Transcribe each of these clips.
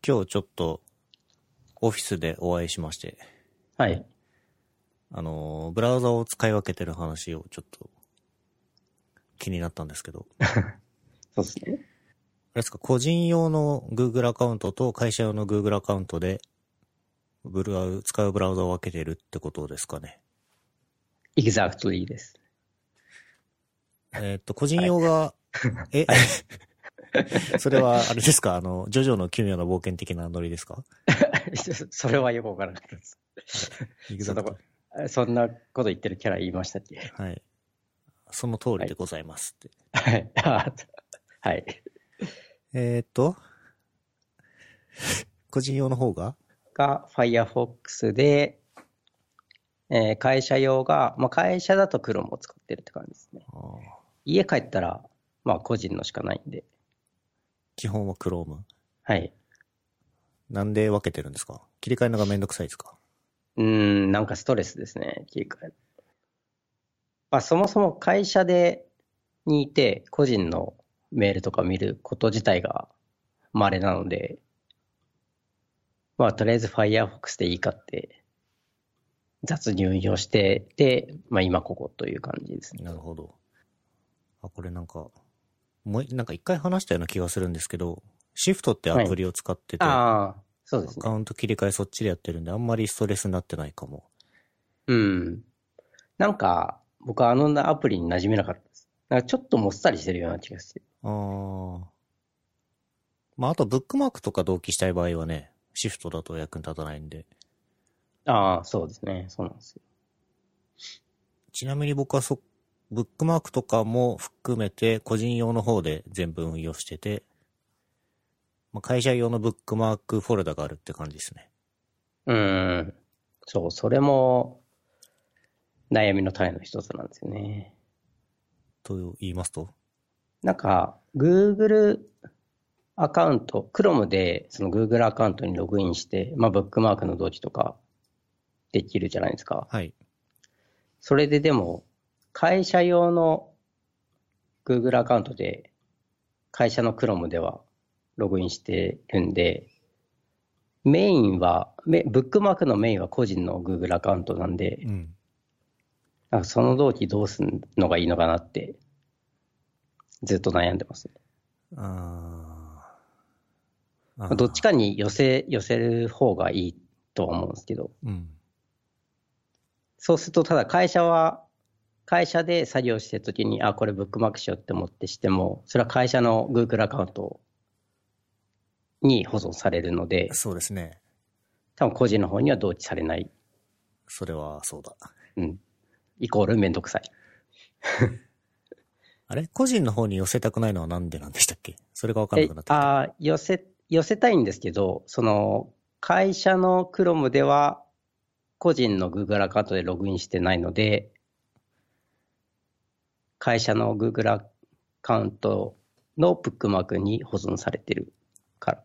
今日ちょっとオフィスでお会いしまして、 はい。 ブラウザを使い分けてる話をちょっと気になったんですけど。 そうですね。 あれですか、個人用の Google アカウントと会社用の Google アカウントで使うブラウザを分けてるってことですかね。 exactly です。 個人用が、はい、それはあれですか、ジョジョの奇妙な冒険的なノリですか？ それはよくわからなかったです。そんなこと言ってるキャラ言いましたっけ？ はい。その通りでございますって。 はい。はい。 個人用の方が Firefox で、会社用が、まあ、会社だと Chrome を使ってるって感じですね。家帰ったら、まあ個人のしかないんで。 基本は Chrome。 はい。 なんで分けてるんですか？切り替えるのがめんどくさいですか？ なんかストレスですね、切り替え。まあそもそも会社にいて、個人のメールとか見ること自体が稀なので、まあとりあえず Firefox でいいかって雑に運用してで、まあ今ここという感じですね。 なるほど。これなんか一回話したような気がするんですけど、シフトってアプリを使ってて、 ああ、そうですね。 アカウント切り替えそっちでやってるんで、あんまりストレスになってないかも。 なんか、僕はアプリに馴染めなかったです。なんかちょっともっさりしてるような気がして。 まあ、あとブックマークとか同期したい場合はね、シフトだと役に立たないんで。 ああ、そうですね。そうなんですよ。 ちなみに僕はブックマークとかも含めて個人用の方で全部運用してて、まあ、会社用のブックマークフォルダがあるって感じですね。 そう、それも悩みの種の一つなんですよね。 と言いますと？ なんか、Google アカウント、Chrome でその Google アカウントにログインして、まあ、ブックマークの同期とかできるじゃないですか。 はい。 それででも、会社用の Google アカウントで、会社の Chrome ではログインしてるんで、ブックマークのメインは個人の Google アカウントなんで、なんかその同期どうするのがいいのかなって、ずっと悩んでます。どっちかに寄せる方がいいとは思うんですけど、そうするとただ会社で作業してるときに、これブックマークしようって思ってしても、それは会社の Google アカウントに保存されるので、 そうですね。 多分個人の方には同期されない。 それはそうだ。 イコールめんどくさい。 あれ？個人の方に寄せたくないのはなんでなんでしたっけ？それが分かんなくなってきた。 寄せたいんですけど、その会社の Chrome では個人の Google アカウントでログインしてないので、会社の Google アカウントのブックマークに保存されてるから。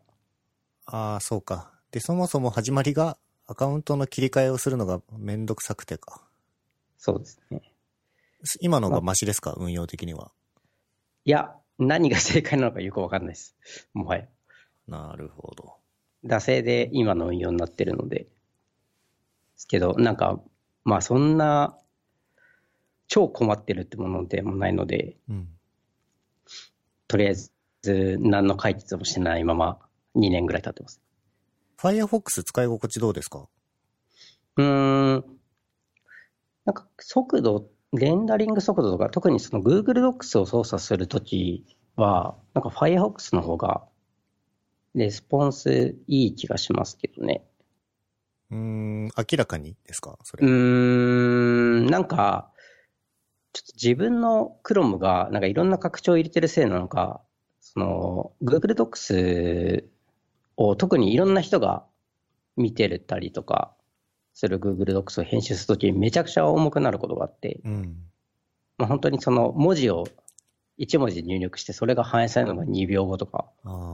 そうか。で、そもそも始まりがアカウントの切り替えをするのがめんどくさくてか。 そうですね。 今のがマシですか？運用的には。 いや、何が正解なのかよくわかんないです。もはや。 なるほど。 惰性で今の運用になってるので。ですけど、なんか、まあそんな、超困ってるってものでもないので、とりあえず何の解決もしてないまま2年ぐらい経ってます。 Firefox 使い心地どうですか？ なんかレンダリング速度とか、特にその Google Docs を操作するときは、なんか Firefox の方がレスポンスいい気がしますけどね。 明らかにですか？それ。 なんか、ちょっと自分の Chrome がなんかいろんな拡張を入れてるせいなのか、その Google Docs を特にいろんな人が見てるたりとかする Google Docs を編集するときにめちゃくちゃ重くなることがあって、まあ、本当にその文字を1文字入力してそれが反映されるのが2秒後とか。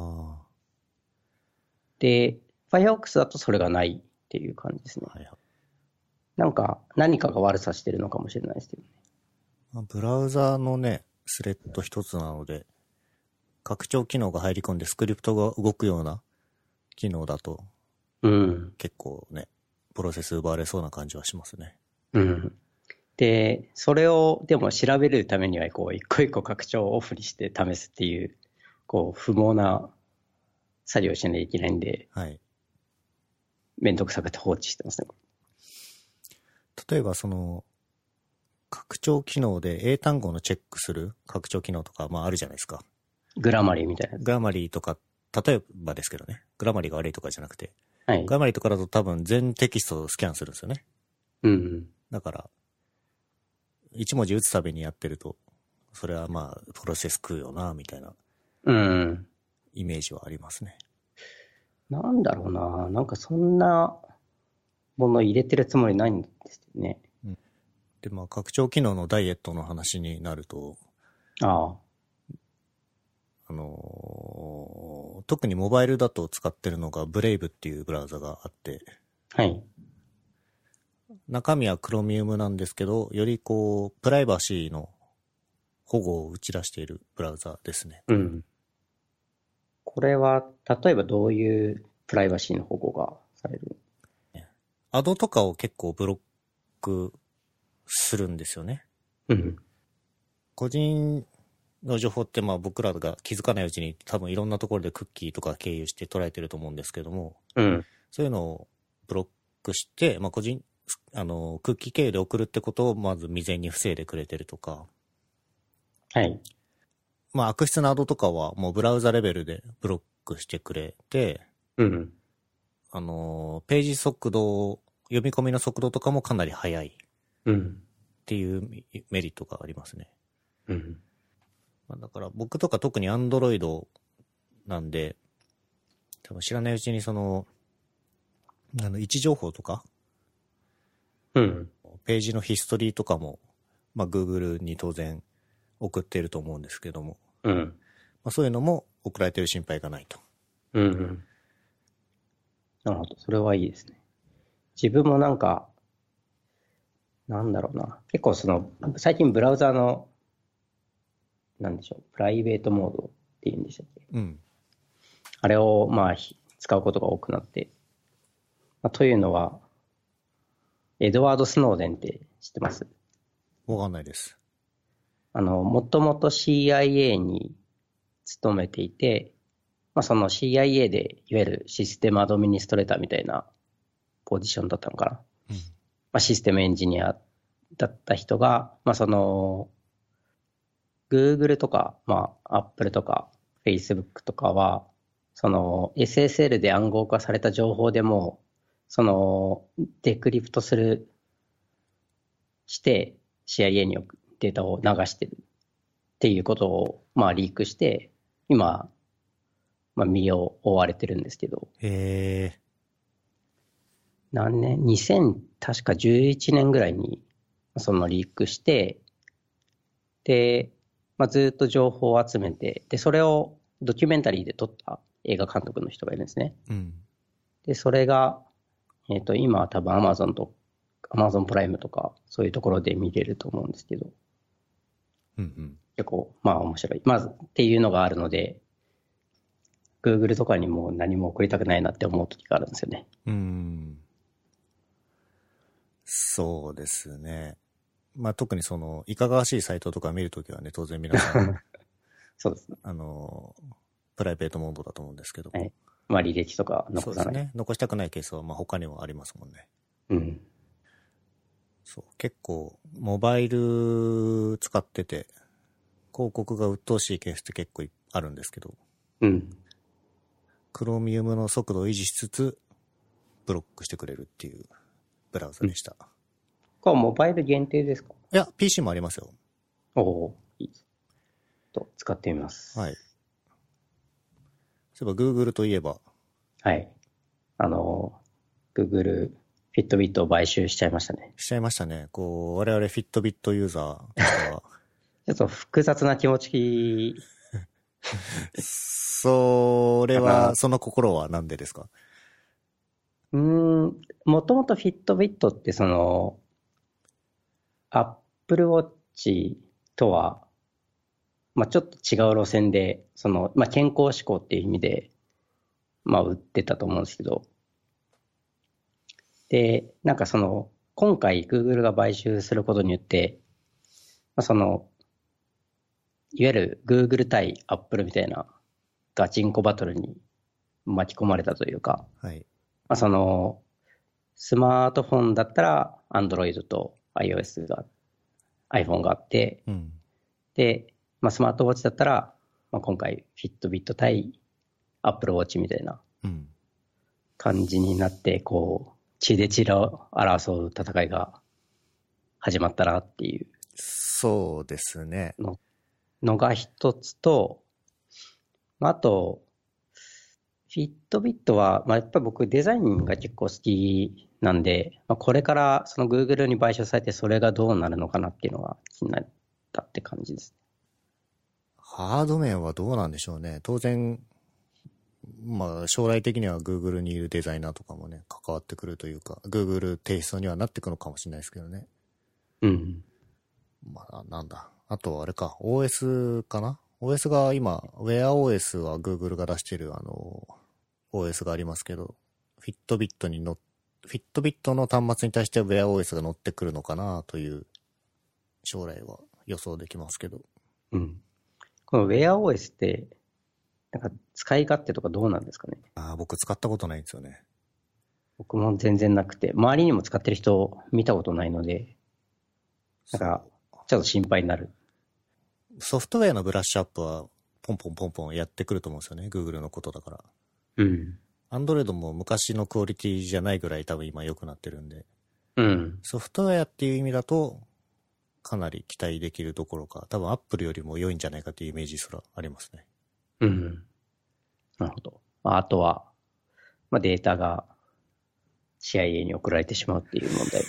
で、Firefox だとそれがないっていう感じですね。なんか何かが悪さしてるのかもしれないですけどね。 ブラウザのね、スレッド一つなので、拡張機能が入り込んでスクリプトが動くような機能だとうん。 結構ね、プロセス奪われそうな感じはしますね。 うん。で、それをでも調べるためには、こう、一個一個拡張をオフにして試すっていう、こう、不毛な作業をしないといけないんで、 はい。 めんどくさくて放置してますね。 例えばその、拡張機能で英単語のチェックする拡張機能とか、まああるじゃないですか。 グラマリーみたいなやつ。 グラマリーとか、例えばですけどね。グラマリーが悪いとかじゃなくて。 はい。 グラマリーとかだと多分全テキストをスキャンするんですよね。 うん。 だから、一文字打つたびにやってると、それはまあ、プロセス食うよな、みたいなうん。 イメージはありますね。 なんだろうな。なんかそんなもの入れてるつもりないんですよね。 で、まあ、拡張機能のダイエットの話になると、 ああ。 特にモバイルだと使ってるのがブレイブっていうブラウザがあって、 はい。 中身はクロミウムなんですけど、よりこう、プライバシーの保護を打ち出しているブラウザですね。 うん。これは、例えばどういうプライバシーの保護がされる？ アドとかを結構ブロックするんですよね。 うん。 個人の情報ってまあ僕らが気づかないうちに多分いろんなところでクッキーとか経由して捉えてると思うんですけども、 うん。 そういうのをブロックして、まあクッキー経由で送るってことをまず未然に防いでくれてるとか、 はい。 まあ悪質なアドとかはもうブラウザレベルでブロックしてくれて、 うん。 ページ速度、読み込みの速度とかもかなり速いっうん。 ていうメリットがありますね。 うん。 まあだから僕とか特に Android なんで、多分知らないうちにその、位置情報とか、 うん。 ページのヒストリーとかも、まあ Google に当然送っていると思うんですけども、 うん。 まあそういうのも送られてる心配がないと。 うん。なるほど。それはいいですね。自分もなんか、なんだろうな。結構最近ブラウザの、なんでしょう、プライベートモードっていうんでしたっけ？ うん。 あれを、まあ、使うことが多くなって。まあ、というのは、エドワード・スノーデンって知ってます？ わかんないです。 もともと CIA に勤めていて、まあ、その CIA で、いわゆるシステムアドミニストレーターみたいなポジションだったのかな。 うん。 まあ、システムエンジニアだった人が、まあ、Google とか、まあ、Apple とか、Facebook とかは、SSL で暗号化された情報でも、デクリプトして、CIA にデータを流してるっていうことを、まあ、リークして、今、まあ、身を追われてるんですけど、 へ何年 ?2000、確か11年ぐらいに、そのリークして、で、まあ、ずっと情報を集めて、で、それをドキュメンタリーで撮った映画監督の人がいるんですね。 ー。うん。 で、それが、今は多分 Amazon プライムとか、そういうところで見れると思うんですけど、 うんうん。 結構、まあ面白い。まずっていうのがあるので、Google とかにも何も送りたくないなって思う時があるんですよね。 そうですね。まあ特にその、いかがわしいサイトとか見るときはね、当然皆さん、 そうですね。 プライベートモードだと思うんですけども。 はい。まあ履歴とか残さない。 そうですね。残したくないケースはまあ他にもありますもんね。 うん。 そう。結構、モバイル使ってて、広告が鬱陶しいケースって結構あるんですけど、 うん。 クロミウムの速度を維持しつつ、ブロックしてくれるっていうブラウザでした。 これはモバイル限定ですか？ いや、PC もありますよ。 おお、いいです。使ってみます。 はい。そういえば Google といえば、 はい。Google Fitbit を買収しちゃいましたね。 しちゃいましたね。こう、我々 Fitbit ユーザーとしては。 ちょっと複雑な気持ち。 それは、その心は何でですか？ もともと Fitbit ってApple Watch とは、まあちょっと違う路線で、まあ健康志向っていう意味で、 まあ売ってたと思うんですけど、で、なんか今回 Google が買収することによって、まあ、いわゆる Google 対 Apple みたいなガチンコバトルに巻き込まれたというか、 はい。 まあ、スマートフォンだったら Android と iOS が、iPhone があって、 うん。 で、まあ、スマートウォッチだったら、まあ、今回 Fitbit 対 Apple Watch みたいなうん。 感じになって、こう、血で血を争う戦いが始まったなっていうそうですね。 のが一つと、まあ、あと、フィットビットは、まあ、やっぱり僕デザインが結構好きなんで、まあ、これからその Google に買収されてそれがどうなるのかなっていうのが気になったって感じです。 ハード面はどうなんでしょうね。当然、まあ将来的には Google にいるデザイナーとかもね、関わってくるというか、Google テイストにはなってくのかもしれないですけどね。 うん。 まあなんだ。あとあれか、OS かな？ OS が今、WearOS は Google が出してるOS がありますけど、Fitbit の端末に対して WearOS が乗ってくるのかなという将来は予想できますけど。 うん。この WearOS って、なんか使い勝手とかどうなんですかね。 僕使ったことないんですよね。 僕も全然なくて、周りにも使ってる人見たことないので、なんか、ちょっと心配になる。 ソフトウェアのブラッシュアップはポンポンポンポンやってくると思うんですよね。Google のことだから。 うん。 Android も昔のクオリティじゃないぐらい多分今良くなってるんで。 うん。 ソフトウェアっていう意味だと、かなり期待できるどころか、多分 Apple よりも良いんじゃないかっていうイメージすらありますね。 うん。なるほど。あとは、まあ、データが CIA に送られてしまうっていう問題。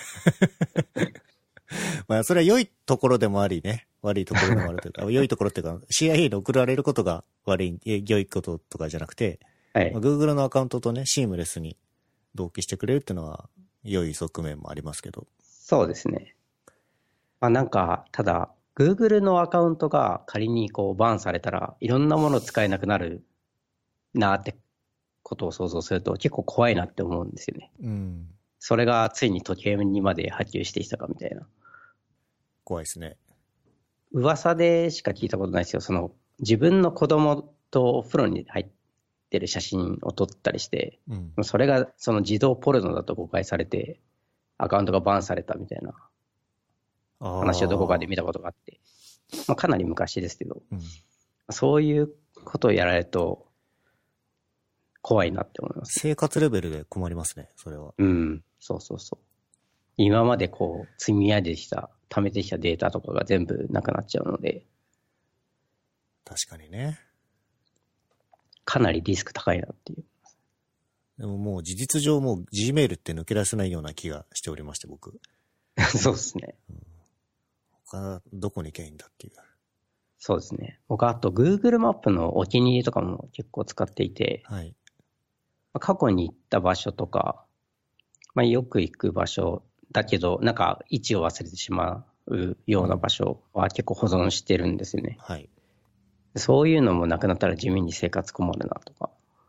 まあそれは良いところでもありね、悪いところでもあるというか、良いところっていうか CIA に送られることが良いこととかじゃなくて、 はい。 Google のアカウントとね、シームレスに同期してくれるっていうのは良い側面もありますけど。 そうですね。まあ、なんか、ただ、Google のアカウントが仮にこうバンされたらいろんなもの使えなくなるなってことを想像すると結構怖いなって思うんですよね。 うん。 それがついに時計にまで波及してきたかみたいな。 怖いですね。 噂でしか聞いたことないですよ。自分の子供とお風呂に入ってる写真を撮ったりして、 うん。 それがその児童ポルノだと誤解されて、アカウントがバンされたみたいな話をどこかで見たことがあって、まあ、かなり昔ですけど、 うん。 そういうことをやられると怖いなって思います。 生活レベルで困りますね、それは。 うん、そうそうそう。今までこう積み上げてきた、貯めてきたデータとかが全部なくなっちゃうので、 確かにね。 かなりリスク高いなっていう。 でももう事実上もう Gmail って抜け出せないような気がしておりまして、僕。 そうですね。 他どこに行けばいいんだっていう。 そうですね。僕あと Google マップのお気に入りとかも結構使っていて、 はい。 過去に行った場所とか、まあ、よく行く場所だけど、なんか位置を忘れてしまうような場所は結構保存してるんですよね。 はい。 そういうのもなくなったら地味に生活困るなとか。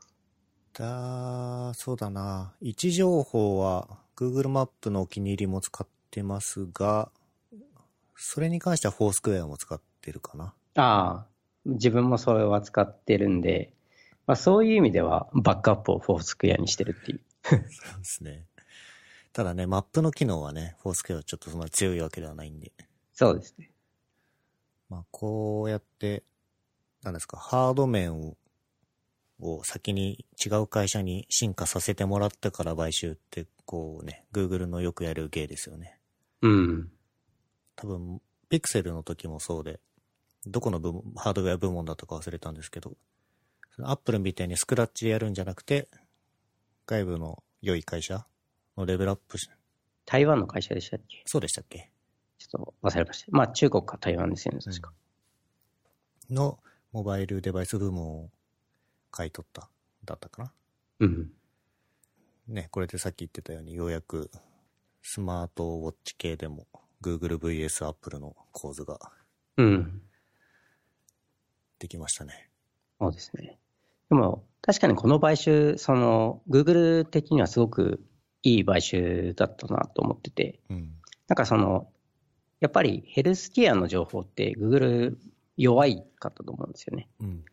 そうだな。位置情報は Google マップのお気に入りも使ってますが、それに関してはフォースクエアも使ってるかな。 ああ、自分もそれは使ってるんで、まあ、そういう意味ではバックアップをフォースクエアにしてるっていう。 そうですね。ただね、マップの機能はね、フォースクエアはちょっとそんな強いわけではないんで。 そうですね。 まあ、こうやって、なんですか、ハード面を先に違う会社に進化させてもらってから買収って、こうね、Google のよくやる芸ですよね。 うん。 多分、Pixel の時もそうで、どこのハードウェア部門だったか忘れたんですけど、Apple みたいにスクラッチでやるんじゃなくて、外部の良い会社のレベルアップし、 台湾の会社でしたっけ？ そうでしたっけ？ ちょっと忘れました。まあ中国か台湾ですよね、確か。 のモバイルデバイス部門を買い取っただったかな。 うん。 ね、これでさっき言ってたようにようやくスマートウォッチ系でも Google vs Apple の構図がうん。 できましたね。 そうですね。でも、 確かにこの買収、Google 的にはすごくいい買収だったなと思ってて、なんかやっぱりヘルスケアの情報って Google 弱いかったと思うんですよね。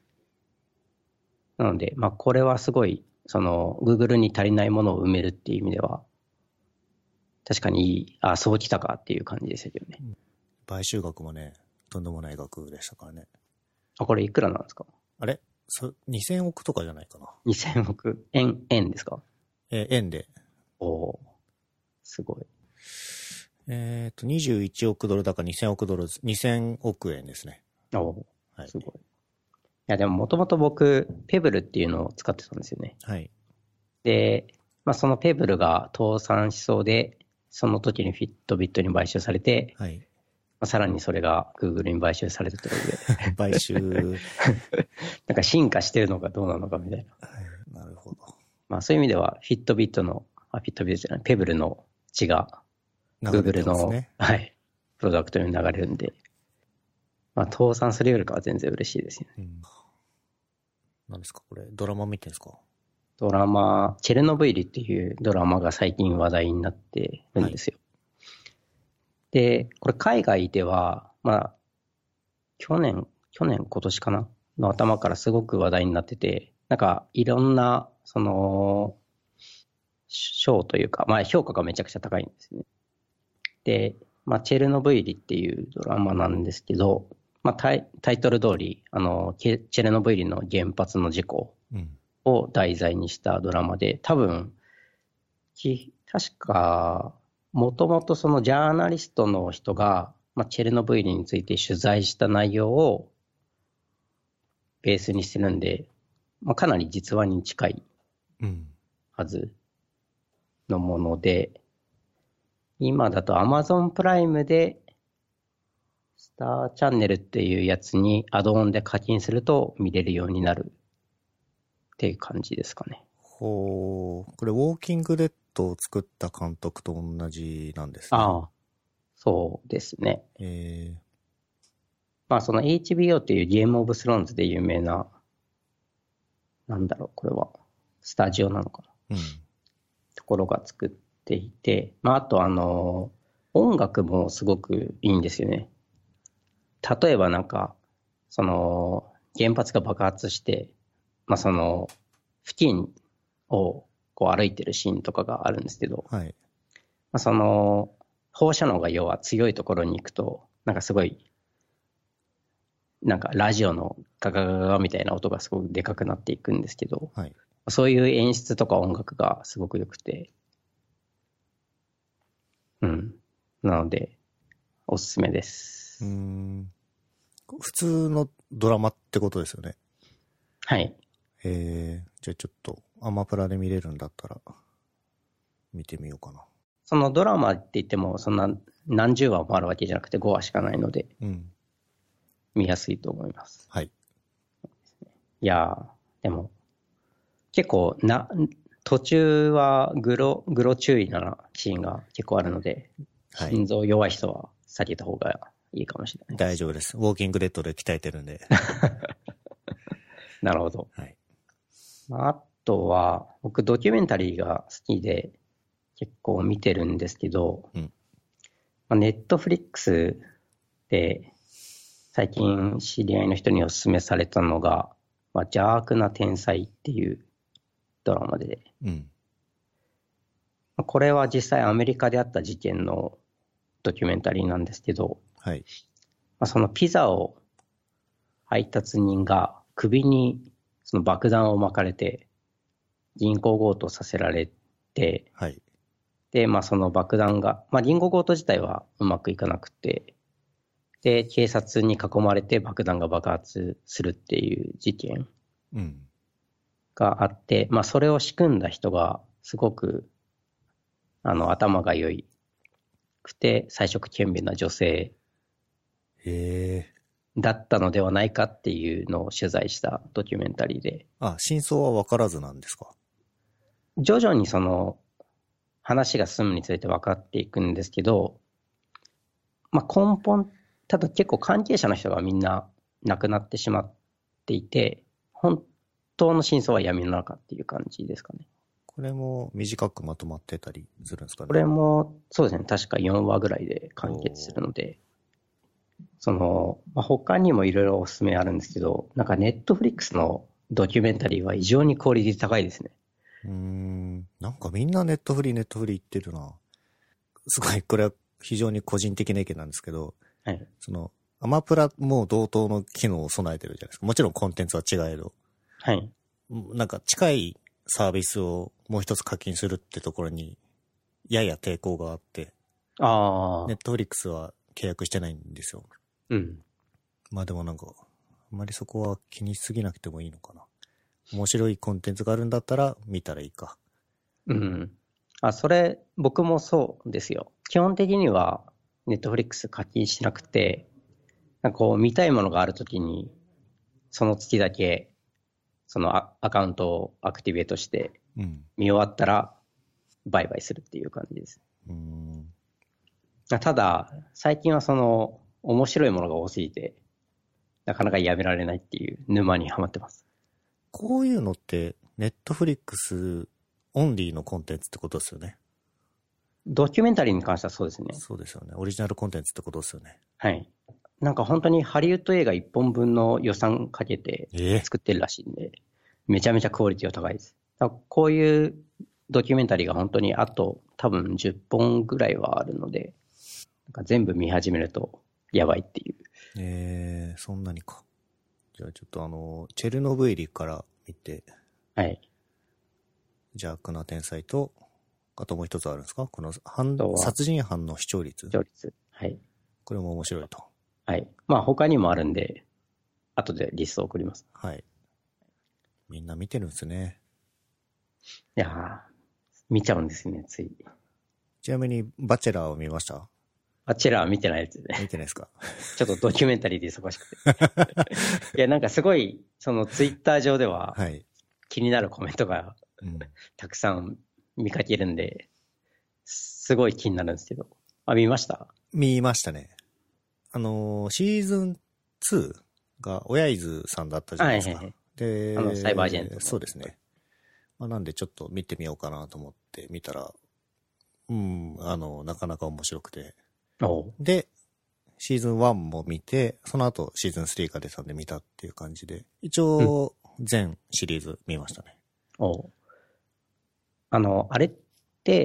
なので、まあこれはすごい、Google に足りないものを埋めるっていう意味では、確かにいい、そうきたかっていう感じですよね。 買収額もね、とんでもない額でしたからね。 これいくらなんですか？ あれ2000億とかじゃないかな。 2000億円ですか？ 円で。 おー、すごい。 21億ドルだから2000億ドル、2000億円ですね。 おー、すごい。いや、でももともと僕、ペブルっていうのを使ってたんですよね。 はい。 で、まあそのペブルが倒産しそうで、その時にフィットビットに買収されて、 はい。 さらにそれが Google に買収されたということで。 買収。 なんか進化してるのかどうなのかみたいな。 はい、なるほど。 まあそういう意味では、フィットビットの、フィットビットじゃない、ペブルの血が Google の、はい、プロダクトに流れるんで、まあ倒産するよりかは全然嬉しいですよね。 何ですかこれ、ドラマ見てんですか？ ドラマ、チェルノブイリっていうドラマが最近話題になってるんですよ。で、これ海外では、まあ、去年、今年かなの頭からすごく話題になってて、なんかいろんな、賞というか、まあ評価がめちゃくちゃ高いんですね。で、まあチェルノブイリっていうドラマなんですけど、まあタイトル通り、チェルノブイリの原発の事故を題材にしたドラマで、多分、確か、もともとそのジャーナリストの人が、まあ、チェルノブイリについて取材した内容をベースにしてるんで、まあ、かなり実話に近いはずのもので、今だと Amazon プライムでスターチャンネルっていうやつにアドオンで課金すると見れるようになるっていう感じですかね。 ほう、これウォーキングデッドを作った監督と同じなんですね。 ああ、そうですね。まあその HBO っていうゲームオブスローンズで有名な、なんだろう、これは、スタジオなのかな。ところが作っていて、まああと音楽もすごくいいんですよね。例えばなんか、原発が爆発して、まあ付近をこう歩いてるシーンとかがあるんですけど、 はい。 まあ放射能が要は強いところに行くと、なんかすごい、なんかラジオのガガガガみたいな音がすごくでかくなっていくんですけど、 はい、 そういう演出とか音楽がすごく良くて、なので、おすすめです。 普通のドラマってことですよね。 はい。 じゃあちょっとアマプラで見れるんだったら見てみようかな。 そのドラマって言ってもそんな何十話もあるわけじゃなくて5話しかないので、見やすいと思います。 はい。 いやー、でも結構途中はグロ注意なシーンが結構あるので、心臓弱い人は避けた方がいいかもしれないです。 大丈夫です。ウォーキングデッドで鍛えてるんで。 なるほど。 はい。 あとは、僕ドキュメンタリーが好きで結構見てるんですけど、ネットフリックスで最近知り合いの人にお勧めされたのが、邪悪な天才っていうドラマで、これは実際アメリカであった事件のドキュメンタリーなんですけど、 はい。 そのピザを配達人が首にその爆弾を巻かれて銀行強盗させられて、 はい。 で、その爆弾が、銀行強盗自体はうまくいかなくて、で、警察に囲まれて爆弾が爆発するっていう事件があって、それを仕組んだ人がすごく頭が良いくて才色兼備な女性だったのではないかっていうのを取材したドキュメンタリーで。 真相は分からずなんですか？ 徐々にその話が進むにつれて分かっていくんですけど、根本、結構関係者の人がみんな亡くなってしまっていて、本当の真相は闇の中っていう感じですかね。 これも短くまとまってたりするんですかね。 これも、そうですね、確か4話ぐらいで完結するので、他にもいろいろおすすめあるんですけど、なんかネットフリックスのドキュメンタリーは異常にクオリティ高いですね。 なんかみんなネットフリ言ってるな。すごい、これは非常に個人的な意見なんですけど、 はい。 アマプラも同等の機能を備えてるじゃないですか。もちろんコンテンツは違えど。 はい。 なんか近いサービスをもう一つ課金するってところに、やや抵抗があって、 ああ。 ネットフリックスは契約してないんですよ。 うん。 まあでもなんか、あんまりそこは気にしすぎなくてもいいのかな。面白いコンテンツがあるんだったら見たらいいか。 うん。それ、僕もそうですよ。基本的には、ネットフリックス課金しなくて、なんかこう、見たいものがあるときに、その月だけ、そのアカウントをアクティベートして、 うん。 見終わったら、売買するっていう感じです。 うーん。 ただ、最近は面白いものが多すぎて、なかなかやめられないっていう沼にはまってます。 こういうのって、ネットフリックスオンリーのコンテンツってことですよね。 ドキュメンタリーに関してはそうですね。 そうですよね。オリジナルコンテンツってことですよね。 はい。なんか本当にハリウッド映画1本分の予算かけてええ。 作ってるらしいんで、めちゃめちゃクオリティが高いです。だからこういうドキュメンタリーが本当にあと多分10本ぐらいはあるので、なんか全部見始めるとやばいっていう。 そんなにか。じゃあちょっとチェルノブイリから見て、 はい。 邪悪な天才と、あともう一つあるんですか？このとは、 殺人犯の視聴率。 視聴率。はい。 これも面白いと。 はい。まあ他にもあるんで、後でリストを送ります。 はい。みんな見てるんですね。 いやー、見ちゃうんですね、つい。 ちなみに、バチェラーを見ました？ バチェラーは見てないですね。 見てないですか？ ちょっとドキュメンタリーで忙しくて。いや、なんかすごい、ツイッター上でははい。 気になるコメントがうん。 たくさん見かけるんで、すごい気になるんですけど。見ました？ 見ましたね。シーズン2が親伊豆さんだったじゃないですか。 はいはいはい。 で、 サイバージェントの。 そうですね。まあ、なんでちょっと見てみようかなと思って見たら、うん、なかなか面白くて。 おう。 で、シーズン1も見て、その後シーズン3が出たんで見たっていう感じで、一うん。 応全シリーズ見ましたね。 おう。あれって、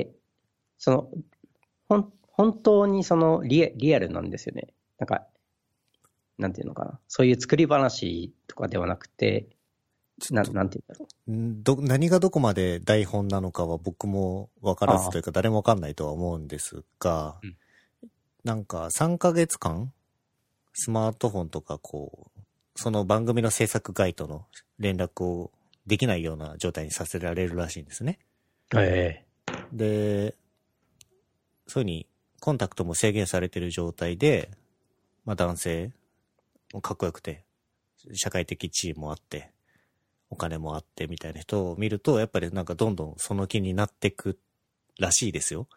その、本当にリアルなんですよね。なんか、なんていうのかな。そういう作り話とかではなくて、なんていうんだろう。 何がどこまで台本なのかは僕も分からずというか誰も分かんないとは思うんですが、 うん。 なんか3ヶ月間スマートフォンとかその番組の制作ガイドの連絡をできないような状態にさせられるらしいんですね。 えで、そういうふうにコンタクトも制限されている状態で、まあ男性もかっこよくて、社会的地位もあって、お金もあってみたいな人を見ると、やっぱりなんかどんどんその気になってくらしいですよ。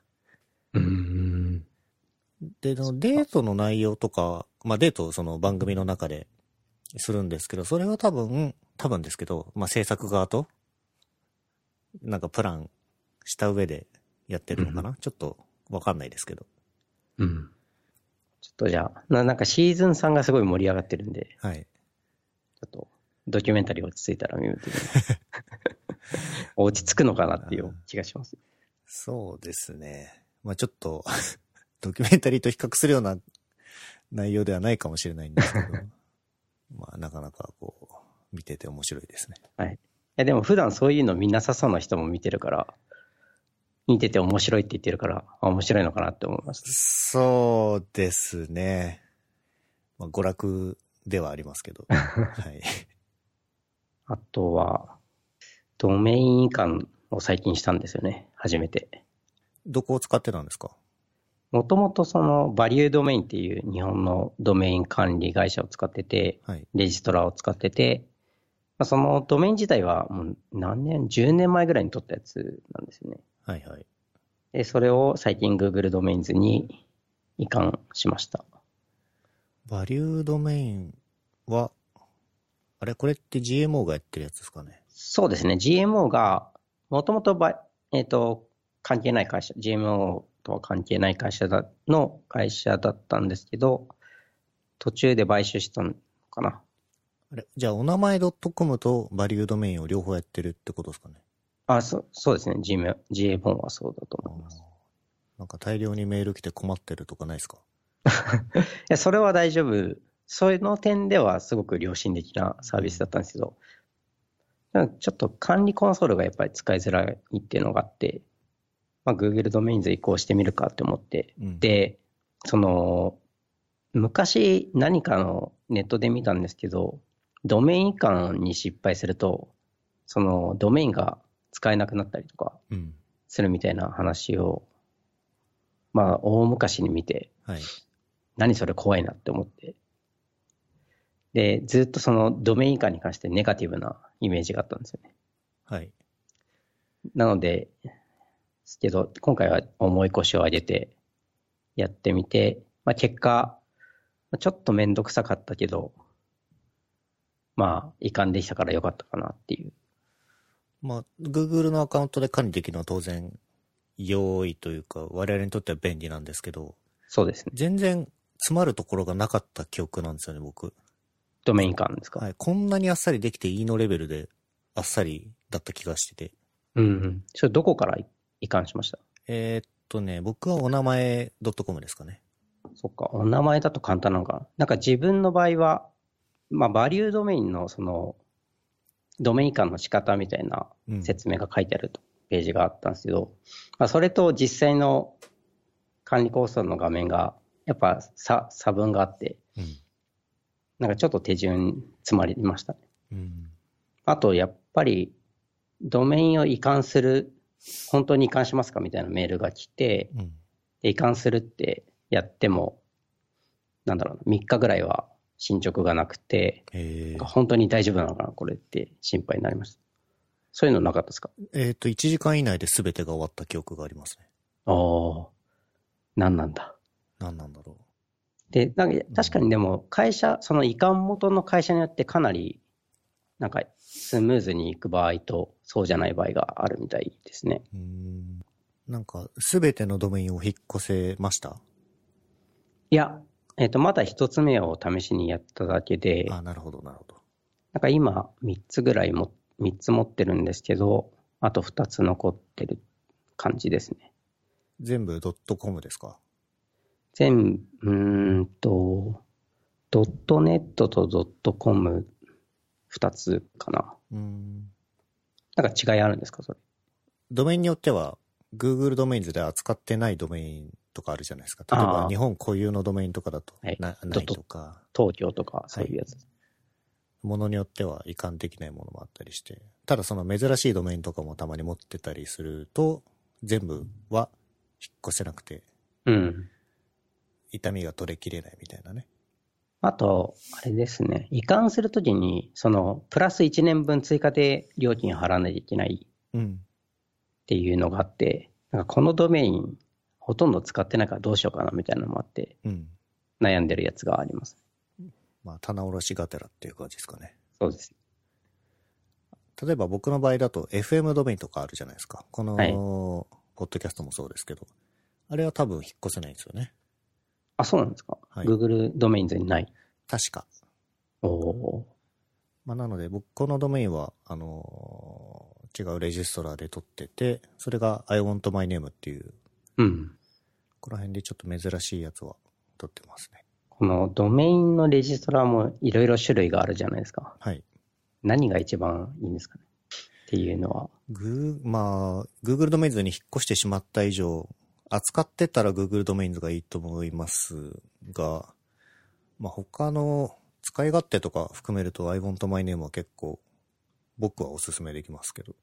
で、デートの内容とか、まあデートをその番組の中でするんですけど、それは多分ですけど、まあ制作側と、なんかプランした上でやってるのかな、ちょっとわかんないですけど。 うん。ちょっとじゃあ、なんかシーズン3がすごい盛り上がってるんで、 はい。 ちょっとドキュメンタリー落ち着いたら見るという。落ち着くのかなっていう気がします。 そうですね。まあちょっと、ドキュメンタリーと比較するような内容ではないかもしれないんですけど、まあなかなか見てて面白いですね。 はい。でも普段そういうの見なさそうな人も見てるから、見てて面白いって言ってるから、面白いのかなって思いました。 そうですね。まあ娯楽ではありますけど。はい。 あとは、ドメイン移管を最近したんですよね。初めて。 どこを使ってたんですか？ もともとバリュードメインっていう日本のドメイン管理会社を使ってて、 はい。 レジストラを使ってて、そのドメイン自体はもう何年、10年前ぐらいに取ったやつなんですよね。 はいはい。 で、それを最近 Google ドメインズに移管しました。 バリュードメインは、あれこれって GMO がやってるやつですかね？ そうですね。GMO が、もともと関係ない会社、GMO とは関係ないの会社だったんですけど、途中で買収したのかな。 あれ、じゃあお名前 .com とバリュードメインを両方やってるってことですかね。 そうですね。GMO はそうだと思います。 なんか大量にメール来て困ってるとかないですか？ いや、それは大丈夫。そういうの点ではすごく良心的なサービスだったんですけど、ちょっと管理コンソールがやっぱり使いづらいっていうのがあって、Google ドメインズ移行してみるかって思って、で、昔何かのネットで見たんですけど、ドメイン移管に失敗すると、そのドメインが使えなくなったりとかするみたいな話を、大昔に見て、 はい、 何それ怖いなって思って。で、ずっとそのドメイン移管に関してネガティブなイメージがあったんですよね。 はい。 なので、ですけど、今回は重い腰を上げてやってみて、結果、ちょっとめんどくさかったけど、移管できたからよかったかなっていう。 Google のアカウントで管理できるのは当然容易というか、我々にとっては便利なんですけど、 そうですね。 全然詰まるところがなかった記憶なんですよね、僕。 ドメイン間ですか？ はい。こんなにあっさりできていいのレベルであっさりだった気がしてて。 それどこから移管しました？ 僕はお名前 .com ですかね。 そっか、お名前だと簡単なのかな。なんか自分の場合は、バリュードメインのその、ドメイン間の仕方みたいな説明が書いてあるページがあったんですけど、それと実際の管理コンソールの画面が、やっぱ差分があって、なんかちょっと手順詰まりましたね。あと、やっぱり、ドメインを移管する、本当に移管しますかみたいなメールが来て、移管するってやっても、3日ぐらいは進捗がなくて、本当に大丈夫なのかな、これって心配になりました。そういうのなかったですか ？1時間以内で全てが終わった記憶がありますね。 何なんだ。 何なんだろう。 で、確かにでもその移管元の会社によってかなり、スムーズにいく場合と、そうじゃない場合があるみたいですね。 全てのドメインを引っ越せました？ いや、まだ一つ目を試しにやっただけで、 なるほど、なるほど。 今、3つぐらい3つ持ってるんですけど、あと2つ残ってる感じですね。 全部 .com ですか？ ドットネットとドットコム2つかな。違いあるんですか、それ。 ドメインによっては、Google ドメインズで扱ってないドメインとかあるじゃないですか。例えば日本固有のドメインとかだとないとか。 東京とかそういうやつ。 ものによっては移管できないものもあったりして。ただその珍しいドメインとかもたまに持ってたりすると、全部は引っ越せなくて、痛みが取れきれないみたいなね。 あと、あれですね。移管するときに、プラス1年分追加で料金払わないといけないっていうのがあって、このドメインほとんど使ってないからどうしようかなみたいなのもあって、悩んでるやつがあります。 棚卸しがてらっていう感じですかね。 そうです。 例えば僕の場合だと FM ドメインとかあるじゃないですか。この、ポッドキャストもそうですけど、あれは多分引っ越せないんですよね。 そうなんですか、Google ドメインズにない。 確か。なので僕このドメインは違うレジストラーで取ってて、それが I want my name っていう、この辺でちょっと珍しいやつは取ってますね。 このドメインのレジストラもいろいろ種類があるじゃないですか。何が一番いいんですかねっていうのは。 Google ドメインズに引っ越してしまった以上、扱ってたら Google ドメインズがいいと思いますが、他の使い勝手とか含めると I want my name は結構僕はおすすめできますけど。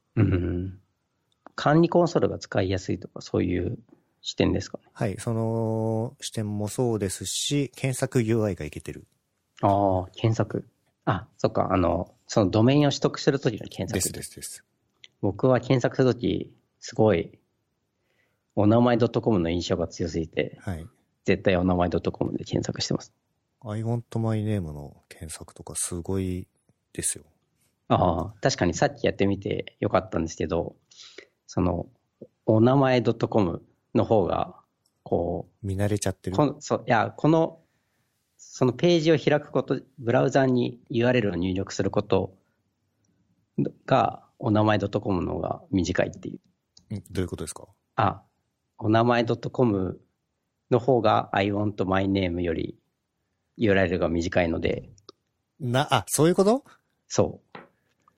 管理コンソールが使いやすいとかそういう視点ですかね。 はい、その視点もそうですし、検索 UI がいけてる。 検索。そっか、そのドメインを取得するときの検索。 です。 僕は検索するとき、すごい、お名前 .com の印象が強すぎて、絶対お名前 .com で検索してます。 I want my name の検索とかすごいですよ。 ああ、確かにさっきやってみてよかったんですけど、その、お名前 .com の方が、こ見慣れちゃってう、 る。 そう、いや、そのページを開くこと、ブラウザに URL を入力することが、お名前 .com の方が短いっていう。 どういうことですか？ あ、お名前 .com の方が I want my name より URL が短いので、 そういうこと？ そう、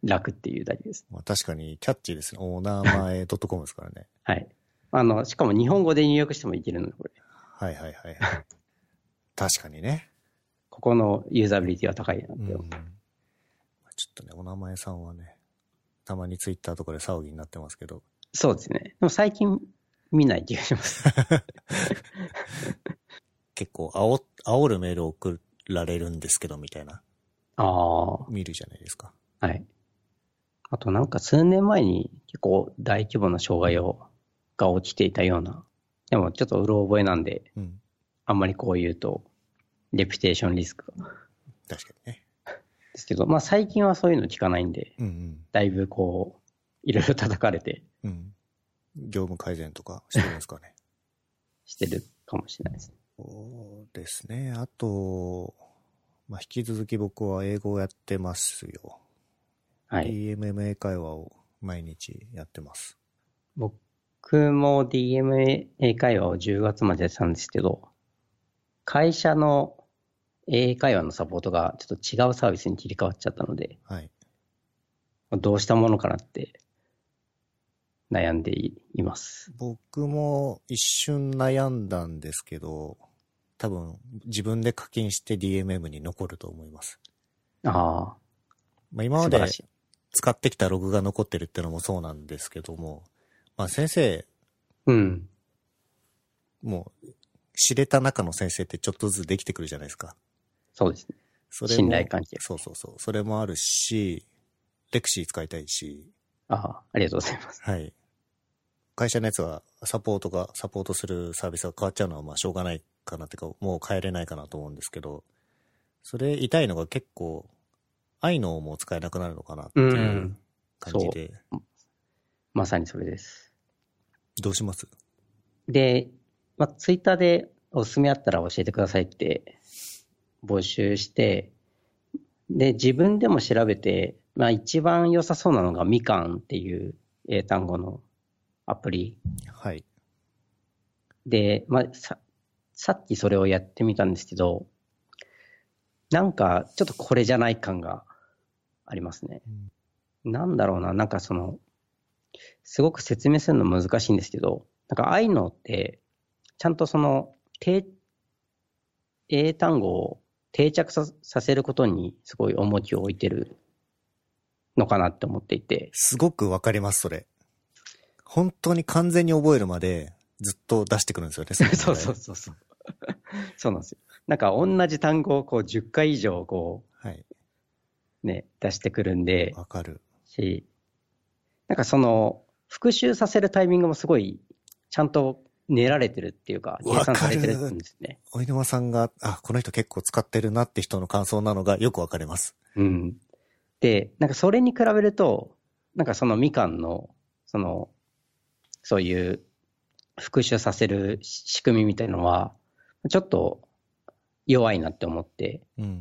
楽っていうだけです。 まあ、確かにキャッチーですね。お名前 .com ですからね。 はい。しかも日本語で入力してもいけるので、これ。 はいはいはい。確かにね。 ここのユーザビリティは高いなって。 ちょっとね、お名前さんはね、たまにツイッターとかで騒ぎになってますけど。 そうですね。でも最近見ない気がします。 結構煽るメールを送られるんですけど、みたいな。 ああ。 見るじゃないですか。 はい。あとなんか数年前に結構大規模な障害が起きていたような。でもちょっとうろ覚えなんで、あんまりこう言うと、レピュテーションリスクが。 確かにね。 ですけど、まあ最近はそういうの聞かないんで、だいぶこう、いろいろ叩かれて、 業務改善とかしてるんですかね。 してるかもしれないですね。 そうですね。あと、まあ、引き続き僕は英語をやってますよ。 はい。 DMM 英会話を毎日やってます。 僕も DMM 英会話を10月までやってたんですけど、会社の英会話のサポートがちょっと違うサービスに切り替わっちゃったので、 はい。 どうしたものかなって悩んでいます。 僕も一瞬悩んだんですけど、多分自分で課金して DMM に残ると思います。 ああ。 まあ、今まで使ってきたログが残ってるってのもそうなんですけども、まあ先生、もう知れた中の先生ってちょっとずつできてくるじゃないですか。 そうですね。信頼関係。 そう。それもあるし、レクシー使いたいし。 ありがとうございます。 はい。会社のやつはサポートするサービスが変わっちゃうのはまあしょうがないかなっていうか、もう変えれないかなと思うんですけど、それ痛いのが結構、iKnowも使えなくなるのかなっていう感じで。 まさにそれです。 どうします？ で、ツイッターでおすすめあったら教えてくださいって募集して、で、自分でも調べて、一番良さそうなのがみかんっていう英単語のアプリ。 はい。 で、さっきそれをやってみたんですけど、なんかちょっとこれじゃない感がありますね。なんだろうな、なんかすごく説明するの難しいんですけど、なんかああいうのって、ちゃんと英単語を定着させることにすごい重きを置いてるのかなって思っていて。 すごくわかります、それ。本当に完全に覚えるまでずっと出してくるんですよね。 そう。そうなんですよ。なんか同じ単語をこう10回以上はい。 ね、出してくるんで。 わかる。 なんか復習させるタイミングもすごいちゃんと練られてるっていうか、計算されてるんですね。 お犬間さんが、この人結構使ってるなって人の感想なのがよくわかります。 で、なんかそれに比べると、なんかみかんの、そういう復習させる仕組みみたいのは、ちょっと弱いなって思って。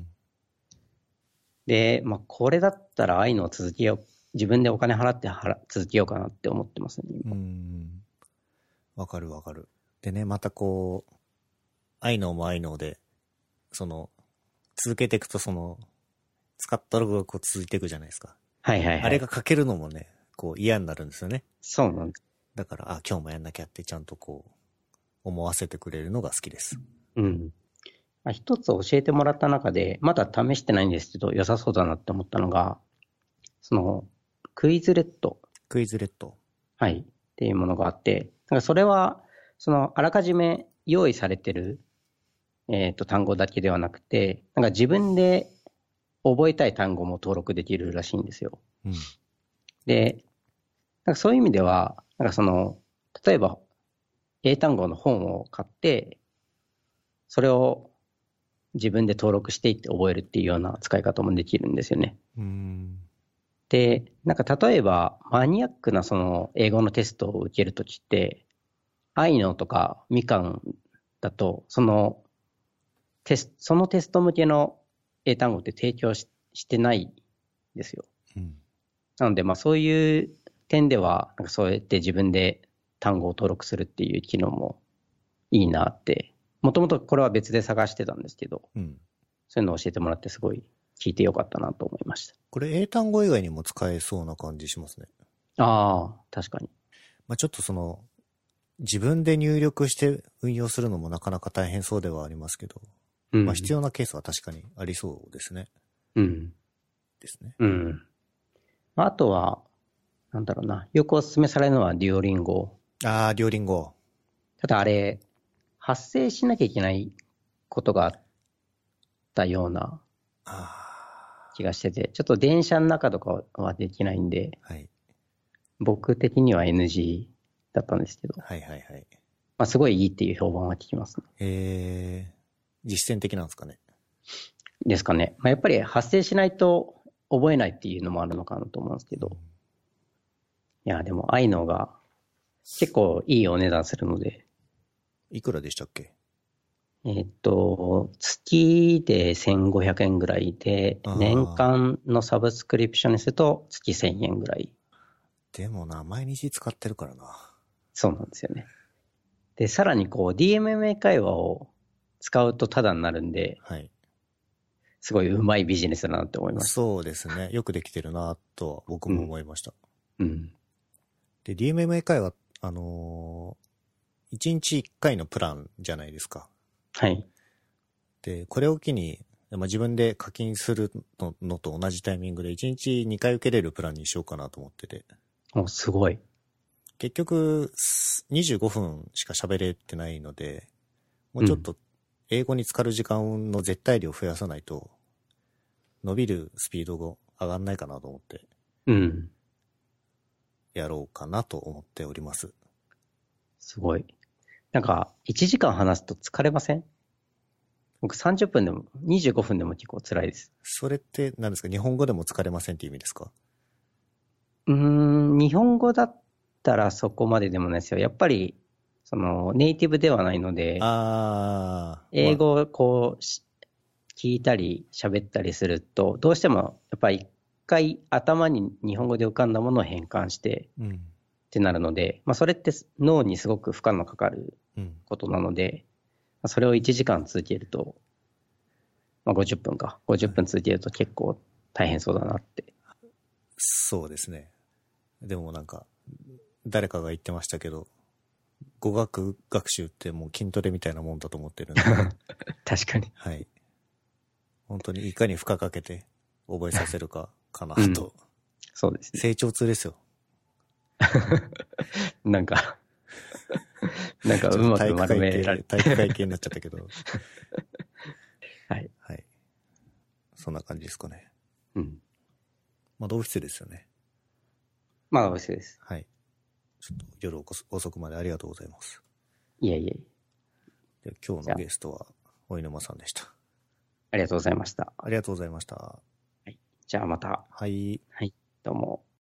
で、これだったらああいうのを続けよう。自分でお金払って続けようかなって思ってますね。 わかる。でね、またこう、iKnowもiKnowで、続けていくと使ったログがこう続いていくじゃないですか。 あれが書けるのもね、こう嫌になるんですよね。 そうなんです。 だから、今日もやんなきゃってちゃんとこう、思わせてくれるのが好きです。 一つ教えてもらった中で、まだ試してないんですけど、良さそうだなって思ったのが、クイズレット。はい。っていうものがあって、なんかそれは、あらかじめ用意されてる、単語だけではなくて、なんか自分で覚えたい単語も登録できるらしいんですよ。で、なんかそういう意味では、なんか例えば、英単語の本を買って、それを自分で登録していって覚えるっていうような使い方もできるんですよね。 で、なんか例えばマニアックなその英語のテストを受けるときって、アイノとかみかんだと、そのテスト向けの英単語って提供してないんですよ。 うん。 なので、まあそういう点では、なんかそうやって自分で単語を登録するっていう機能もいいなって、もともとこれは別で探してたんですけど、 うん。 そういうのを教えてもらってすごい聞いてよかったなと思いましこれ英単語以外にも使えそうな感じしますね。 た。ああ、確かに。 まあちょっと自分で入力して運用するのもなかなか大変そうではありますけど、 うん。 まあ必要なケースは確かにありそうですね。 うん。 ですね。 うん。あとは、なんだろうな。よくお勧めされるのはデュオリンゴ。 ああ、両輪語。 ただあれ、発声しなきゃいけないことがあったようなあ気がしてて、ちょっと電車の中とかはできないんで、 あ、はい。 僕的には NG だったんですけど、 はいはいはい。 まあすごいいいっていう評判は聞きますね。 実践的なんですかね。 ですかね。まあやっぱり発声しないと覚えないっていうのもあるのかなと思うんですけど、いや、でも愛のが結構いいお値段するので、 いくらでしたっけ？ 月で1500円ぐらいで、年ああ、 間のサブスクリプションにすると月1000円ぐらい。 でもな、毎日使ってるからな。 そうなんですよね。で、さらにこう DMMA 会話を使うとタダになるんで、 はい。 すごいうまいビジネスだなって思いました。 そうですね。よくできてるなとは僕も思いました。 うん。 で、DMMA 会は、1日1回のプランじゃないですか。 はい。 で、これを機に、まあ、自分で課金するのと同じタイミングで1日2回受けれるプランにしようかなと思ってて。 お、すごい。 結局、25分しか喋れてないので、もうちょっと英語に浸かる時間の絶対量を増やさないと、伸びるスピードが上がんないかなと思って、 うん。 やろうかなと思っております。 すごい。なんか、1時間話すと疲れません？僕30分でも25分でも結構辛いです。 それって何ですか？日本語でも疲れませんっていう意味ですか？ 日本語だったらそこまででもないですよ。やっぱり、ネイティブではないので、英語を聞いたり喋ったりすると、どうしても、やっぱり一回頭に日本語で浮かんだものを変換してうん。 ってなるので、まあそれって脳にすごく負荷のかかるうん。 ことなので、まあそれを1時間続けると、まあ50分か。50分続けると結構大変そうだなって。 そうですね。でもなんか、誰かが言ってましたけど、語学学習ってもう筋トレみたいなもんだと思ってるんで、 確かに。 はい。本当にいかに負荷かけて覚えさせるかかなと。 そうですね。 成長痛ですよ。 なんかなんかうちょっとまくまとめられ体育会系になっちゃったけど。 はい。 はい。そんな感じですかね。 うん。 まあ、同室ですよね。 まあ、美味しいです。 はい。ちょっと夜遅くまでありがとうございます。 いえいえ。 で今日のゲストは、お犬間さんでした。 ありがとうございました。 ありがとうございました。 はい。じゃあまた。 はい。 はい。どうも。